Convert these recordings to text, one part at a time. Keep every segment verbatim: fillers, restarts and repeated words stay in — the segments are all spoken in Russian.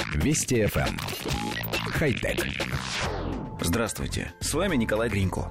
Вести эф эм. Хай-тек. Здравствуйте, с вами Николай Гринько.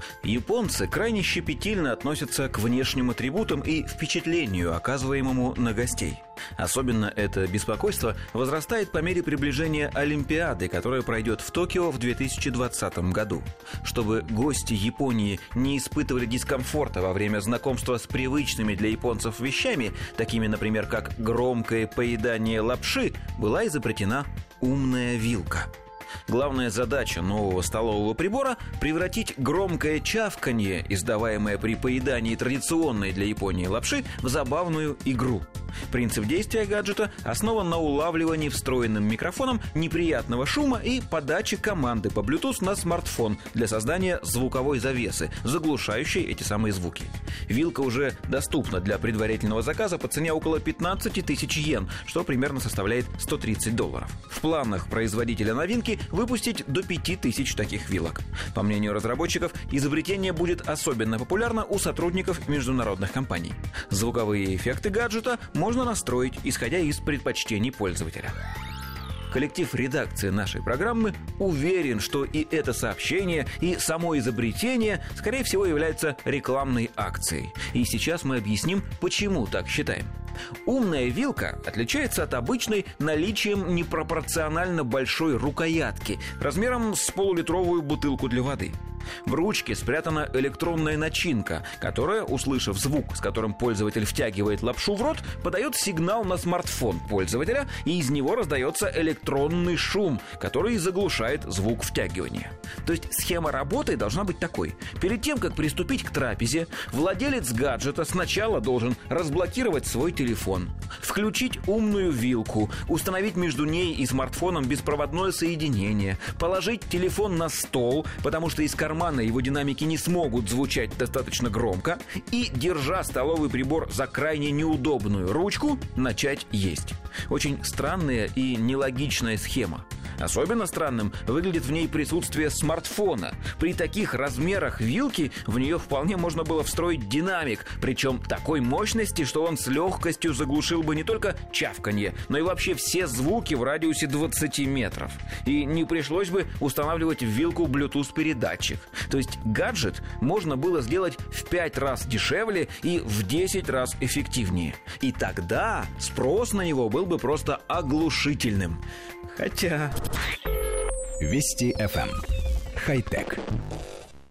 Японцы крайне щепетильно относятся к внешним атрибутам и впечатлению, оказываемому на гостей. Особенно это беспокойство возрастает по мере приближения Олимпиады, которая пройдет в Токио в две тысячи двадцатом году. Чтобы гости Японии не испытывали дискомфорта во время знакомства с привычными для японцев вещами, такими, например, как громкое поедание лапши, была изобретена умная вилка. Главная задача нового столового прибора – превратить громкое чавканье, издаваемое при поедании традиционной для Японии лапши, в забавную игру. Принцип действия гаджета основан на улавливании встроенным микрофоном неприятного шума и подаче команды по Bluetooth на смартфон для создания звуковой завесы, заглушающей эти самые звуки. Вилка уже доступна для предварительного заказа по цене около пятнадцать тысяч йен, что примерно составляет сто тридцать долларов. В планах производителя новинки выпустить до пяти тысяч таких вилок. По мнению разработчиков, изобретение будет особенно популярно у сотрудников международных компаний. Звуковые эффекты гаджета можно настроить, исходя из предпочтений пользователя. Коллектив редакции нашей программы уверен, что и это сообщение, и само изобретение, скорее всего, являются рекламной акцией. И сейчас мы объясним, почему так считаем. Умная вилка отличается от обычной наличием непропорционально большой рукоятки размером с полулитровую бутылку для воды. В ручке спрятана электронная начинка, которая, услышав звук, с которым пользователь втягивает лапшу в рот, подает сигнал на смартфон пользователя, и из него раздается электронный шум, который заглушает звук втягивания. То есть схема работы должна быть такой. Перед тем, как приступить к трапезе, владелец гаджета сначала должен разблокировать свой телефон, включить умную вилку, установить между ней и смартфоном беспроводное соединение, положить телефон на стол, потому что из кармана его динамики не смогут звучать достаточно громко, и, держа столовый прибор за крайне неудобную ручку, начать есть. Очень странная и нелогичная схема. Особенно странным выглядит в ней присутствие смартфона. При таких размерах вилки в нее вполне можно было встроить динамик, причем такой мощности, что он с легкостью заглушил бы не только чавканье, но и вообще все звуки в радиусе двадцати метров. И не пришлось бы устанавливать в вилку Bluetooth-передатчик. То есть гаджет можно было сделать в пять раз дешевле и в десять раз эффективнее. И тогда спрос на него был бы просто оглушительным. Хотя... Вести эф эм. Хай-тек.